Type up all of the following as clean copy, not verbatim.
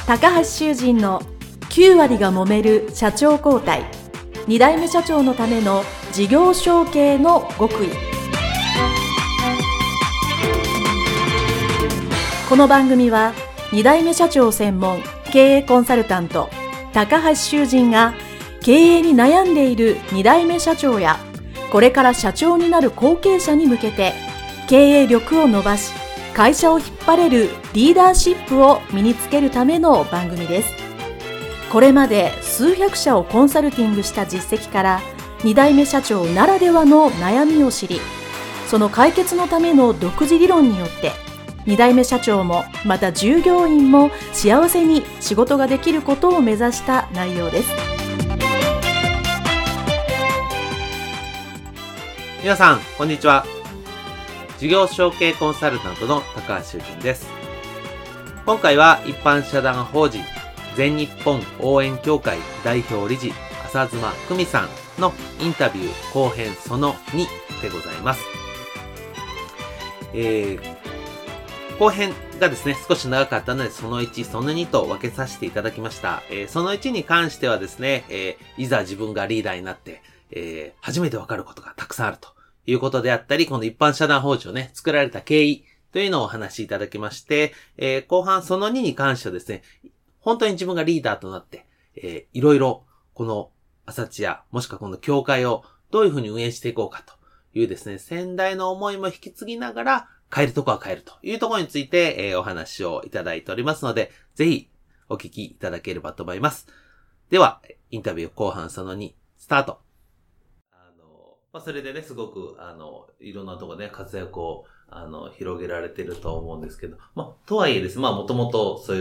高橋修人の9割が揉める社長交代、2代目社長のための事業承継の極意。この番組は2代目社長専門経営コンサルタント高橋修人が経営に悩んでいる2代目社長やこれから社長になる後継者に向けて経営力を伸ばし会社を引っ張れるリーダーシップを身につけるための番組です。これまで数百社をコンサルティングした実績から2代目社長ならではの悩みを知り、その解決のための独自理論によって2代目社長もまた従業員も幸せに仕事ができることを目指した内容です。 皆さんこんにちは。事業承継コンサルタントの高橋修人です。今回は一般社団法人全日本応援協会代表理事浅妻久美さんのインタビュー後編その2でございます。後編がですね、少し長かったので、その1、その2と分けさせていただきました。その1に関してはですね、いざ自分がリーダーになって、初めて分かることがたくさんあるということであったり、この一般社団法人をね、作られた経緯というのをお話しいただきまして、後半その2に関してはですね、本当に自分がリーダーとなって、いろいろこの朝地や、もしくはこの協会をどういうふうに運営していこうかというですね、先代の思いも引き継ぎながら、変えるとこは変えるというところについて、お話をいただいておりますので、ぜひお聞きいただければと思います。では、インタビュー後半その2、スタート。それでね、すごく、いろんなところで、ね、活躍を、広げられてると思うんですけど、とはいえですね、もともとそういう、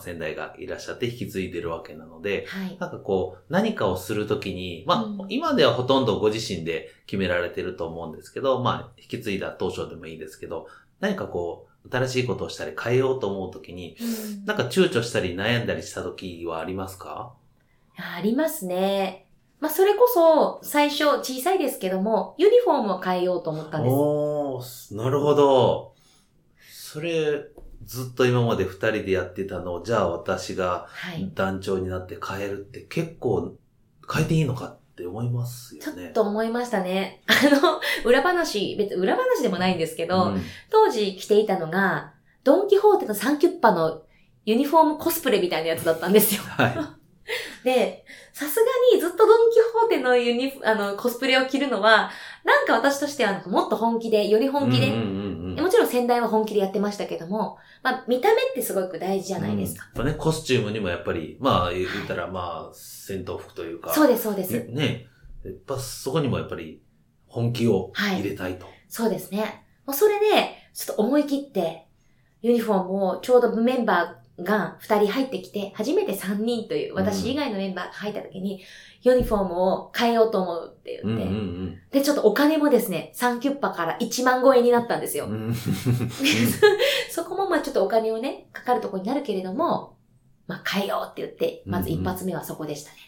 先代がいらっしゃって引き継いでるわけなので、 はい、 なんかこう、何かをするときに、今ではほとんどご自身で決められてると思うんですけど、引き継いだ当初でもいいですけど、何かこう、新しいことをしたり変えようと思うときに、なんか躊躇したり悩んだりしたときはありますか？ ありますね。それこそ、最初、小さいですけども、ユニフォームを変えようと思ったんです。 おー、なるほど。それ、ずっと今まで二人でやってたのを、じゃあ私が団長になって変えるって結構変えていいのかって思いますよね。 ちょっと思いましたね。裏話でもないんですけど、当時着ていたのが、ドンキホーテのサンキュッパのユニフォームコスプレみたいなやつだったんですよ。 はい。 で、さすがにずっとドンキホーテのコスプレを着るのは、なんか私としてはもっと本気で、より本気で、もちろん先代は本気でやってましたけども、見た目ってすごく大事じゃないですか。 ね、コスチュームにもやっぱり、言ったら戦闘服というか。 そうです、そうです。 ね、やっぱそこにもやっぱり本気を入れたいと。 そうですね。それで、ちょっと思い切って、ユニフォームをちょうどメンバーが2人入ってきて、初めて3人という、私以外のメンバーが入った時に、ユニフォームを変えようと思うって言って、で、ちょっとお金もですね、サンキュッパから1万超えになったんですよ。そこもちょっとお金をね、かかるところになるけれども、変えようって言って、まず一発目はそこでしたね。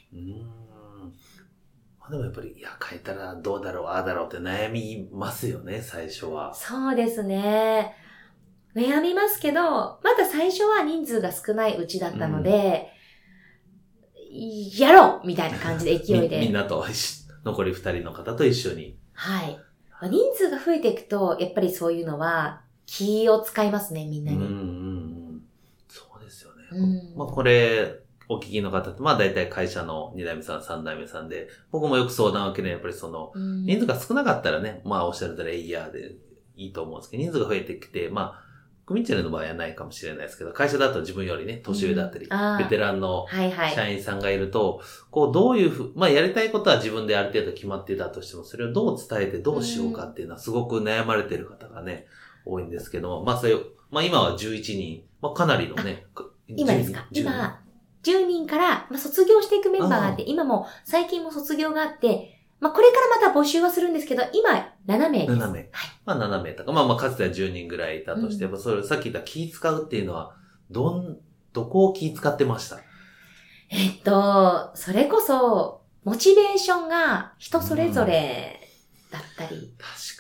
でもやっぱり、変えたらどうだろう、ああだろうって悩みますよね、最初は。 そうですね。悩みますけど、まだ最初は人数が少ないうちだったので、やろうみたいな感じで勢いで。 みんなと、残り2人の方と一緒に。 はい。人数が増えていくと、やっぱりそういうのは、気を使いますね、みんなに。 そうですよね。これ、お聞きの方って、大体会社の2代目さん、3代目さんで、僕もよく相談を受けるやっぱり人数が少なかったらね、おっしゃるとおりエイヤーでいいと思うんですけど、人数が増えてきて、クミッチェルの場合はないかもしれないですけど、会社だと自分よりね、年上だったり、ベテランの社員さんがいると、どういうやりたいことは自分である程度決まってたとしても、それをどう伝えてどうしようかっていうのはすごく悩まれてる方がね、多いんですけど、今は11人、かなりのね、 今ですか？今、10人から、卒業していくメンバーがあって、今も最近も卒業があって、これからまた募集はするんですけど、今、7名です。 7名。はい。7名とか、かつては10人ぐらいいたとして、それ、さっき言った気使うっていうのは、どこを気使ってました？ それこそ、モチベーションが人それぞれだったり。 確かに。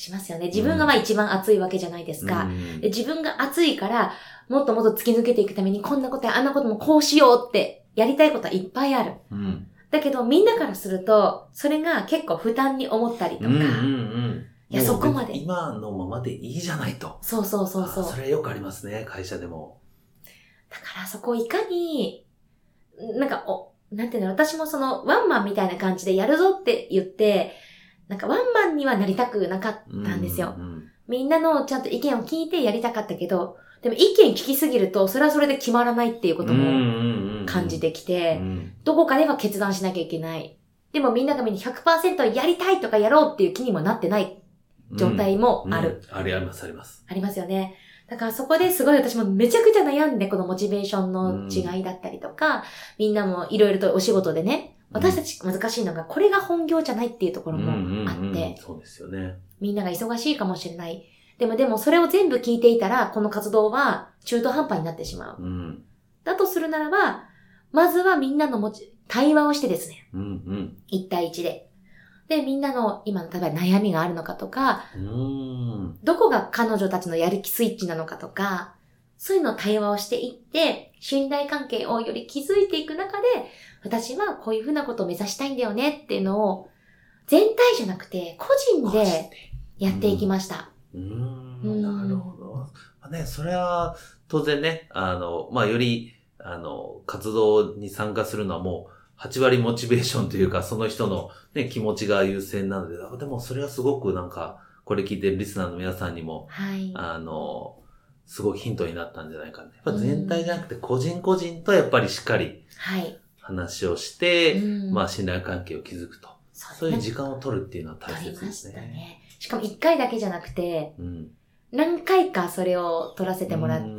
しますよね。自分が一番熱いわけじゃないですか。で自分が熱いから、もっともっと突き抜けていくために、こんなことやあんなこともこうしようって、やりたいことはいっぱいある。だけど、みんなからすると、それが結構負担に思ったりとか、いや、そこまで。 今のままでいいじゃないと。 そう。 それはよくありますね、会社でも。 だからそこをいかに、なんていうの、私もワンマンみたいな感じでやるぞって言って、ワンマンにはなりたくなかったんですよ。みんなのちゃんと意見を聞いてやりたかったけど、でも意見聞きすぎると、それはそれで決まらないっていうことも感じてきて、どこかでは決断しなきゃいけない。でもみんながみんな 100% やりたいとかやろうっていう気にもなってない状態もある。 あります。 ありますよね。だからそこですごい私もめちゃくちゃ悩んで、このモチベーションの違いだったりとか、みんなもいろいろとお仕事でね、私たち難しいのが、これが本業じゃないっていうところもあって、 そうですよね。 みんなが忙しいかもしれない。でもそれを全部聞いていたら、この活動は中途半端になってしまう。だとするならば、まずはみんなの対話をしてですね。一対一で。で、みんなの今の例えば悩みがあるのかとか、どこが彼女たちのやる気スイッチなのかとか、そういうのを対話をしていって、信頼関係をより築いていく中で、私はこういうふうなことを目指したいんだよねっていうのを、全体じゃなくて個人でやっていきました。 なるほど。ね、それは当然ね、より、活動に参加するのはもう8割モチベーションというか、その人のね、気持ちが優先なので、でもそれはすごくこれ聞いてるリスナーの皆さんにも、すごいヒントになったんじゃないかな。やっぱ全体じゃなくて個人個人とやっぱりしっかり話をして、信頼関係を築くと。そういう時間を取るっていうのは大切ですね。 取りましたね。しかも1回だけじゃなくて、何回かそれを取らせてもらって、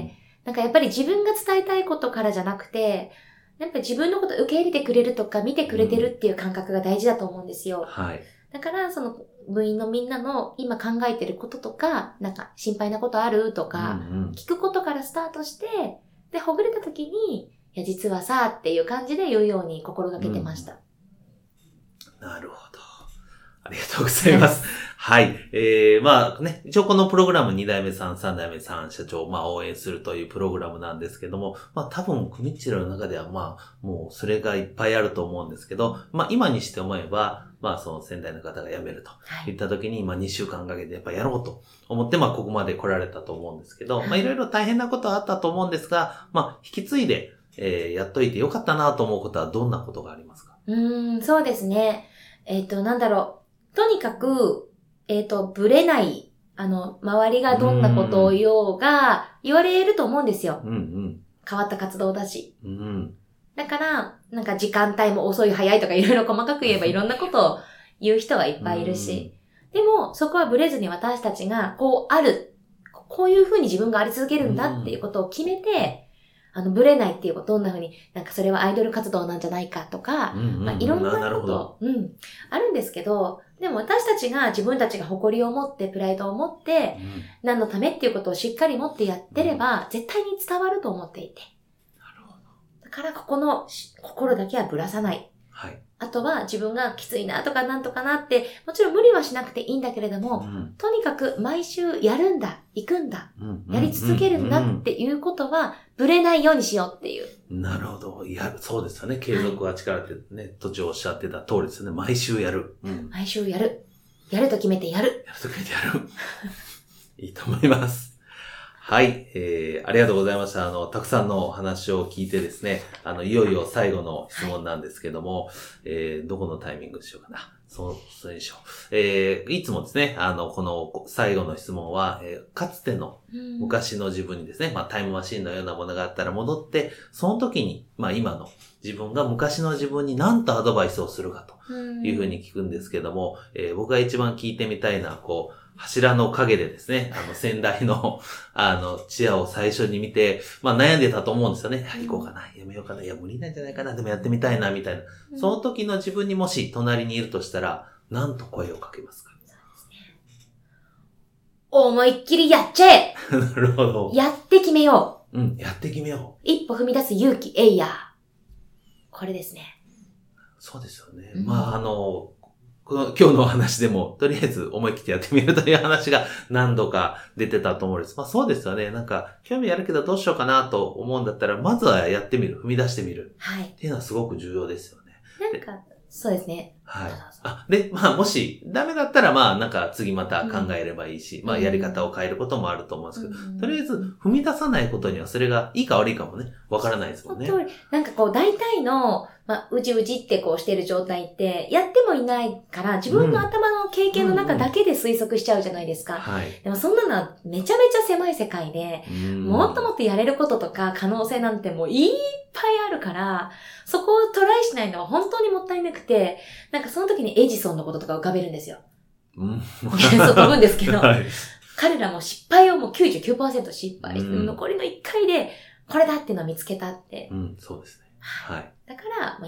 やっぱり自分が伝えたいことからじゃなくて、やっぱり自分のことを受け入れてくれるとか見てくれてるっていう感覚が大事だと思うんですよ。だから部員のみんなの今考えてることとか、心配なことあるとか、聞くことからスタートして、で、ほぐれた時に、いや、実はさ、っていう感じで言うように心がけてました。 なるほど。ありがとうございます。はい。一応このプログラム2代目さん、3代目さん社長を応援するというプログラムなんですけども、多分クミッチェルの中ではもうそれがいっぱいあると思うんですけど、今にして思えば、その先代の方が辞めると言った時に、2週間かけてやっぱやろうと思って、ここまで来られたと思うんですけど、いろいろ大変なことはあったと思うんですが、引き継いで、やっといてよかったなと思うことはどんなことがありますか？ そうですね。とにかく、ぶれない、周りがどんなことを言おうが、言われると思うんですよ。変わった活動だし。だから、時間帯も遅い早いとかいろいろ細かく言えばいろんなことを言う人はいっぱいいるし。でも、そこはぶれずに私たちが、こういうふうに自分があり続けるんだっていうことを決めて、ぶれないっていうことどんなふうに、それはアイドル活動なんじゃないかとか、いろんなこと、あるんですけど、でも私たちが自分たちが誇りを持って、プライドを持って、何のためっていうことをしっかり持ってやってれば、絶対に伝わると思っていて。 なるほど。 だからここの心だけはぶらさない。あとは自分がきついなとかなんとかなって、もちろん無理はしなくていいんだけれども、とにかく毎週やるんだ、行くんだ、やり続けるんだっていうことは、ぶれないようにしようっていう。 なるほど。そうですよね。継続は力ってね、途中おっしゃってた通りですよね。毎週やる。 毎週やる。やると決めてやる。 やると決めてやる。いいと思います。はい、ありがとうございました。たくさんのお話を聞いてですね、いよいよ最後の質問なんですけども、どこのタイミングでしょうかな。それでしょう。いつもですね、この最後の質問は、かつての昔の自分にですね、タイムマシンのようなものがあったら戻って、その時に、今の自分が昔の自分に何とアドバイスをするかというふうに聞くんですけども、僕が一番聞いてみたいのは、柱の陰でですね、先代の、チアを最初に見て、悩んでたと思うんですよね。行こうかな、やめようかな、いや、無理なんじゃないかな、でもやってみたいな、みたいな。その時の自分にもし隣にいるとしたら、何と声をかけますか？ 思いっきりやっちゃえなるほど。 やって決めよう。やって決めよう。一歩踏み出す勇気、エイヤー。これですね。 そうですよね。 今日のお話でも、とりあえず思い切ってやってみるという話が何度か出てたと思うんです。そうですよね。興味あるけどどうしようかなと思うんだったら、まずはやってみる。踏み出してみる。 はい。 っていうのはすごく重要ですよね。 そうですね。 はい。で、もし、ダメだったら、次また考えればいいし、やり方を変えることもあると思うんですけど、とりあえず、踏み出さないことには、それがいいか悪いかもね、わからないですもんね。 大体の、うじうじってしてる状態って、やってもいないから、自分の頭の経験の中だけで推測しちゃうじゃないですか。 はい。 でもそんなのはめちゃめちゃ狭い世界で、もっともっとやれることとか可能性なんてもういっぱいあるから、そこをトライしないのは本当にもったいなくて、その時にエジソンのこととか浮かべるんですよ。そう飛ぶんですけど、はい、彼らも失敗をもう 99% 失敗して、残りの1回でこれだっていうのを見つけたって。 そうですね。はい。 だから、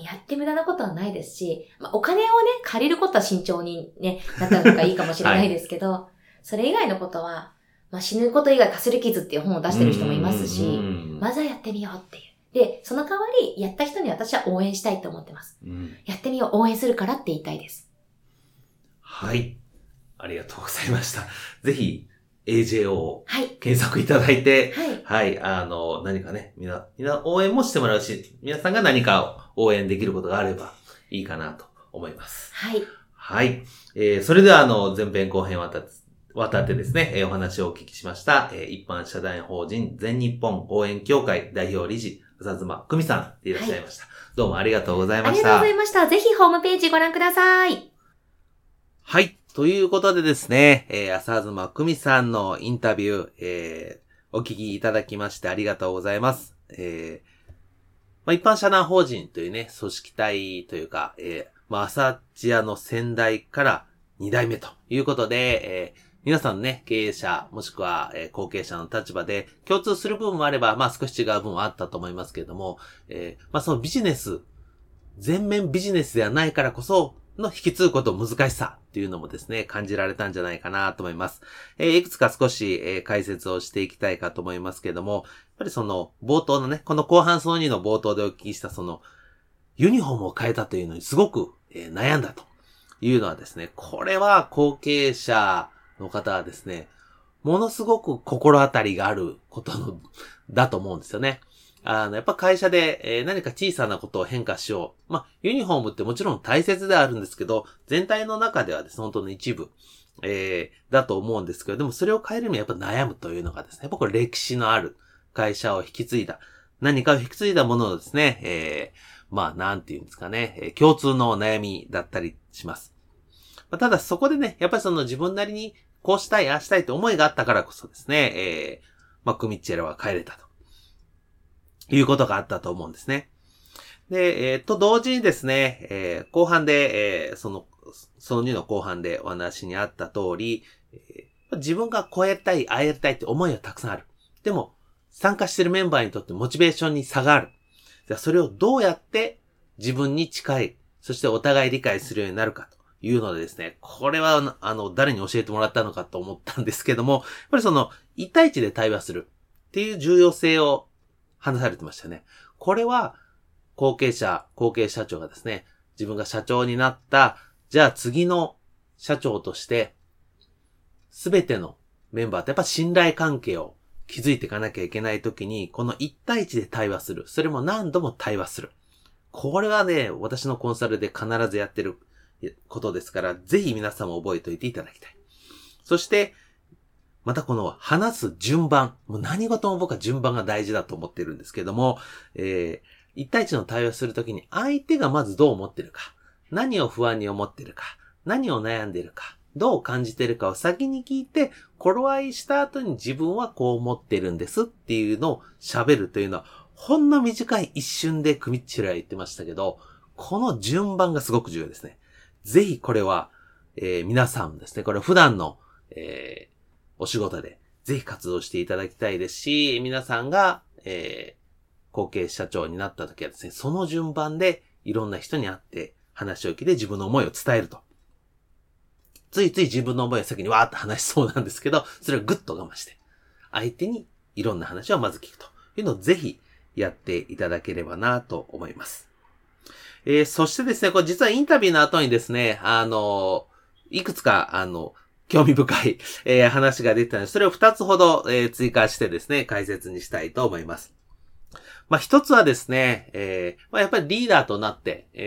やって無駄なことはないですし、お金をね、借りることは慎重にね、なった方がいいかもしれないですけど、はい、それ以外のことは、死ぬこと以外かすり傷っていう本を出してる人もいますし、まずはやってみようっていう。で、その代わり、やった人に私は応援したいと思ってます。やってみよう、応援するからって言いたいです。 はい。ありがとうございました。ぜひ、AJO を検索いただいて、はい。何かね、みんな応援もしてもらうし、皆さんが何か応援できることがあればいいかなと思います。 はい。 はい。それでは前編後編渡ってですね、お話をお聞きしました、一般社団法人全日本応援協会代表理事、浅妻久美さんでいらっしゃいました。どうもありがとうございました。 ありがとうございました。ぜひホームページご覧ください。 はい。ということでですね、浅妻久美さんのインタビュー、お聞きいただきましてありがとうございます。一般社団法人というね、組織体というか、朝千屋の先代から2代目ということで、皆さんね、経営者、もしくは、後継者の立場で共通する部分もあれば、少し違う部分もあったと思いますけれども、そのビジネス、全面ビジネスではないからこその引き継ぐこと難しさっていうのもですね、感じられたんじゃないかなと思います。いくつか少し、解説をしていきたいかと思いますけれども、やっぱりその冒頭のね、この後半その2の冒頭でお聞きしたそのユニフォームを変えたというのにすごく、悩んだというのはですね、これは後継者の方はですね、ものすごく心当たりがあることだと思うんですよね。やっぱ会社で、何か小さなことを変化しよう。ユニフォームってもちろん大切ではあるんですけど、全体の中ではですね、本当の一部、だと思うんですけど、でもそれを変えるにはやっぱ悩むというのがですね、やっぱこれ歴史のある会社を引き継いだ、何かを引き継いだものをですね、なんていうんですかね、共通の悩みだったりします。ただそこでね、やっぱりその自分なりにこうしたい、ああしたいって思いがあったからこそですね、クミッチェルは帰れたと。いうことがあったと思うんですね。で、同時にですね、後半で、その2の後半でお話にあった通り、自分がこうやりたい、ああやりたいって思いはたくさんある。でも、参加しているメンバーにとってモチベーションに差がある。じゃあそれをどうやって自分に近い、そしてお互い理解するようになるかというのでですね、これは、誰に教えてもらったのかと思ったんですけども、やっぱりその、1対1で対話するっていう重要性を話されてましたよね。これは、後継社長がですね、自分が社長になった、じゃあ次の社長として、すべてのメンバーとやっぱ信頼関係を築いていかなきゃいけないときに、この1対1で対話する。それも何度も対話する。これはね、私のコンサルで必ずやってることですから、ぜひ皆さんも覚えておいていただきたい。そして、またこの話す順番。もう何事も僕は順番が大事だと思っているんですけども、1対1の対話するときに相手がまずどう思ってるか、何を不安に思ってるか、何を悩んでるか、どう感じてるかを先に聞いて、頃合いした後に自分はこう思ってるんですっていうのを喋るというのは、ほんの短い一瞬でクミッチェルは言ってましたけど、この順番がすごく重要ですね。ぜひこれは、皆さんですね、これ普段の、お仕事でぜひ活動していただきたいですし、皆さんが、後継社長になった時はですね、その順番でいろんな人に会って話を聞いて自分の思いを伝えると。ついつい自分の思いを先にわーっと話しそうなんですけど、それをぐっと我慢して、相手にいろんな話をまず聞くというのをぜひやっていただければなと思います。 そしてですね、これ実はインタビューの後にですね、いくつか、興味深い、話が出てたので、それを2つほど、追加してですね、解説にしたいと思います。一つはですね、やっぱりリーダーとなって、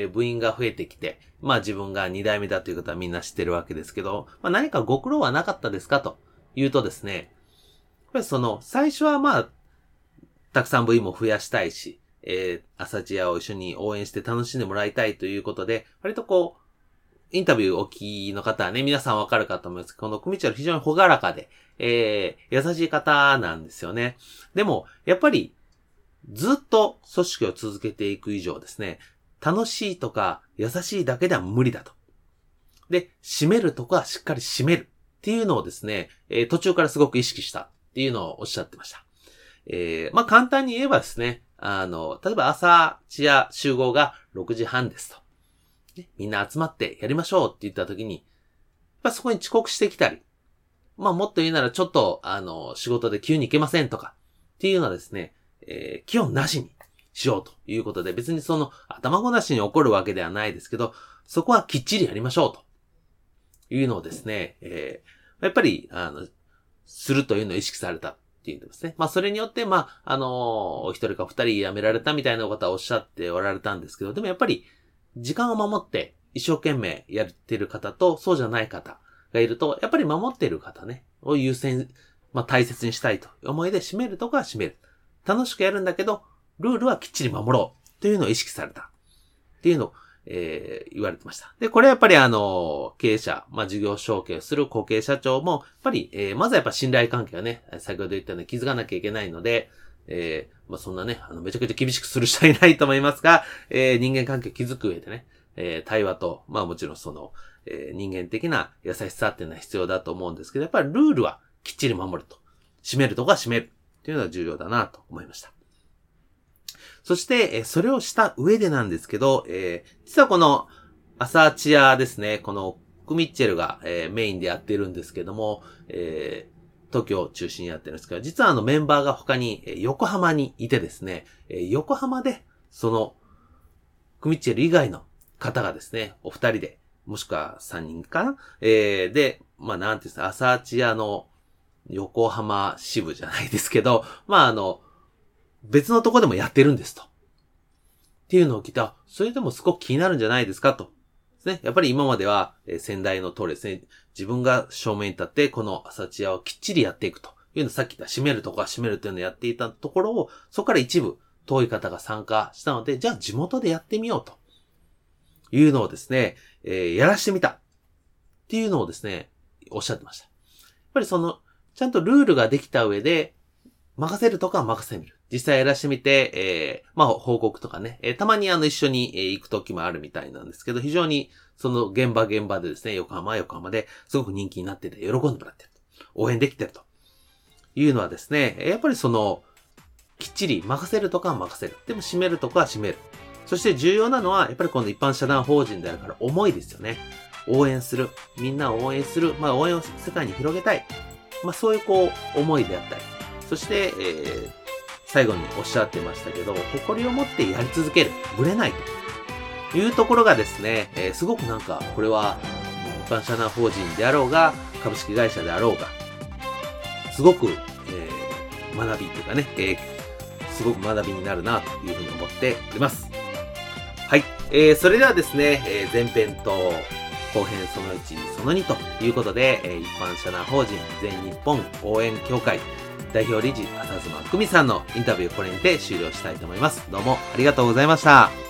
部員が増えてきて、自分が2代目だということはみんな知ってるわけですけど、何かご苦労はなかったですかというとですね、やっぱり最初はたくさん部員も増やしたいし、朝チアを一緒に応援して楽しんでもらいたいということで、割とインタビューお聞きの方はね、皆さんわかるかと思いますけど、この組長は非常に朗らかで、優しい方なんですよね。でも、やっぱり、ずっと組織を続けていく以上ですね、楽しいとか優しいだけでは無理だと。で、締めるとこはしっかり締めるっていうのをですね、途中からすごく意識したっていうのをおっしゃってました。簡単に言えばですね、例えば朝チア集合が6時半ですと。みんな集まってやりましょうって言った時に、そこに遅刻してきたり、もっと言うならちょっと、仕事で急に行けませんとかっていうのはですね、気をなしにしようということで、別に頭ごなしに起こるわけではないですけど、そこはきっちりやりましょうというのをですね、やっぱり、するというのを意識されたっていうんですね。それによって、お一人か二人辞められたみたいなことはおっしゃっておられたんですけど、でもやっぱり、時間を守って一生懸命やってる方と、そうじゃない方がいると、やっぱり守っている方ね、を優先、大切にしたいという思いで締めるとこは締める。楽しくやるんだけど、ルールはきっちり守ろうというのを意識されたっていうのを、言われてました。で、これやっぱり経営者、事業承継をする後継社長も、やっぱり、まずはやっぱ信頼関係はね、先ほど言ったように築かなきゃいけないので、そんなね、めちゃくちゃ厳しくする人はいないと思いますが、人間関係を築く上でね、対話と、もちろん人間的な優しさっていうのは必要だと思うんですけど、やっぱりルールはきっちり守ると。締めるとこは締めるっていうのは重要だなと思いました。そして、それをした上でなんですけど、実はこの朝チアですね、このクミッチェルが、メインでやっているんですけども、東京を中心にやってるんですけど、実はメンバーが他に横浜にいてですね、横浜でクミッチェル以外の方がですね、お二人で、もしくは3人かな、で、なんていうんですか、朝チアの横浜支部じゃないですけど、別のとこでもやってるんですと。っていうのを聞いた、それでもすごく気になるんじゃないですかと。ですね。やっぱり今までは、先代の通りですね、自分が正面に立ってこの朝チアをきっちりやっていくというのをさっき言った締めるとこは締めるというのをやっていたところを、そこから一部遠い方が参加したので、じゃあ地元でやってみようというのをですね、やらしてみたっていうのをですね、おっしゃってました。やっぱりちゃんとルールができた上で、任せるとかは任せてみる。実際やらしてみて、報告とかね、たまに一緒に行く時もあるみたいなんですけど、非常に現場でですね、横浜ですごく人気になってて、喜んでもらってると。応援できてると。いうのはですね、やっぱりきっちり任せるとかは任せる。でも締めるとかは締める。そして重要なのは、やっぱりこの一般社団法人であるから思いですよね。応援する。みんなを応援する。応援を世界に広げたい。そういう思いであったり。そして、最後におっしゃってましたけど、誇りを持ってやり続ける。ぶれないというところがですね、すごくこれは一般社団法人であろうが、株式会社であろうが、すごく、学びというかね、すごく学びになるなというふうに思っております。はい。それではですね、前編と後編その1、その2ということで、一般社団法人全日本応援協会代表理事、浅妻久美さんのインタビューこれにて終了したいと思います。どうもありがとうございました。